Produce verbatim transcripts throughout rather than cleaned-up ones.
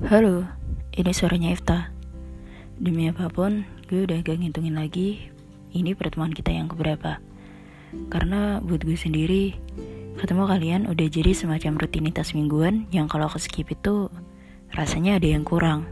Halo, ini suaranya Ifta. Demi apapun, gue udah gak ngitungin lagi ini pertemuan kita yang keberapa. Karena buat gue sendiri, ketemu kalian udah jadi semacam rutinitas mingguan yang kalau ke skip itu rasanya ada yang kurang.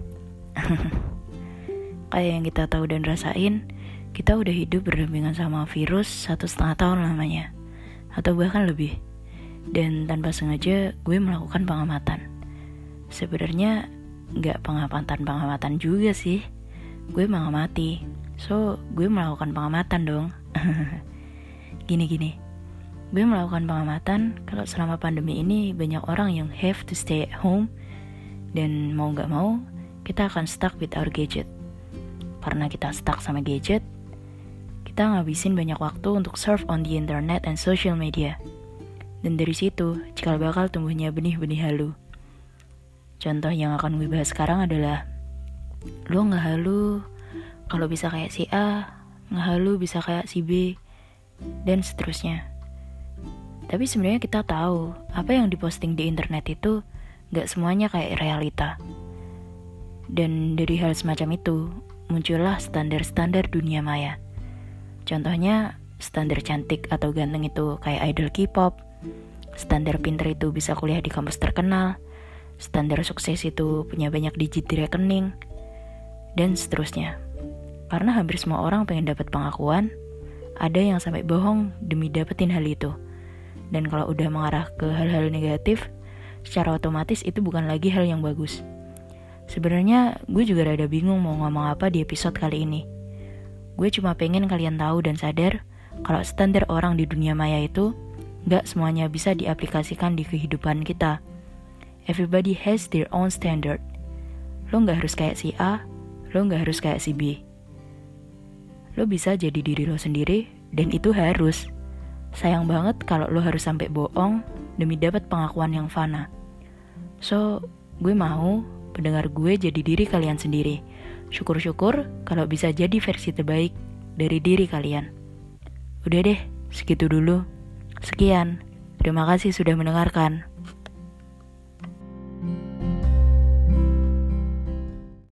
Kayak yang kita tahu dan rasain, kita udah hidup berdampingan sama virus satu setengah tahun lamanya, atau bahkan lebih. Dan tanpa sengaja gue melakukan pengamatan. Sebenarnya nggak pengamatan-pengamatan juga sih, gue mengamati. So, gue melakukan pengamatan dong. Gini-gini, gue melakukan pengamatan kalau selama pandemi ini banyak orang yang have to stay at home. Dan mau gak mau, kita akan stuck with our gadget. Karena kita stuck sama gadget, kita ngabisin banyak waktu untuk surf on the internet and social media. Dan dari situ, cikal bakal tumbuhnya benih-benih halu. Contoh yang akan gue bahas sekarang adalah, lo ngehalu kalau bisa kayak si A, ngehalu bisa kayak si B, dan seterusnya. Tapi sebenarnya kita tahu, apa yang diposting di internet itu gak semuanya kayak realita. Dan dari hal semacam itu, muncullah standar-standar dunia maya. Contohnya, standar cantik atau ganteng itu kayak idol K-pop, standar pinter itu bisa kuliah di kampus terkenal, standar sukses itu punya banyak digit di rekening, dan seterusnya. Karena hampir semua orang pengen dapat pengakuan, ada yang sampai bohong demi dapetin hal itu. Dan kalau udah mengarah ke hal-hal negatif, secara otomatis itu bukan lagi hal yang bagus. Sebenarnya gue juga rada bingung mau ngomong apa di episode kali ini. Gue cuma pengen kalian tahu dan sadar kalau standar orang di dunia maya itu gak semuanya bisa diaplikasikan di kehidupan kita. Everybody has their own standard. Lo gak harus kayak si A, lo gak harus kayak si B. Lo bisa jadi diri lo sendiri, dan itu harus. Sayang banget kalau lo harus sampai bohong demi dapat pengakuan yang fana. So, gue mau pendengar gue jadi diri kalian sendiri. Syukur-syukur kalau bisa jadi versi terbaik dari diri kalian. Udah deh, segitu dulu. Sekian. Terima kasih sudah mendengarkan.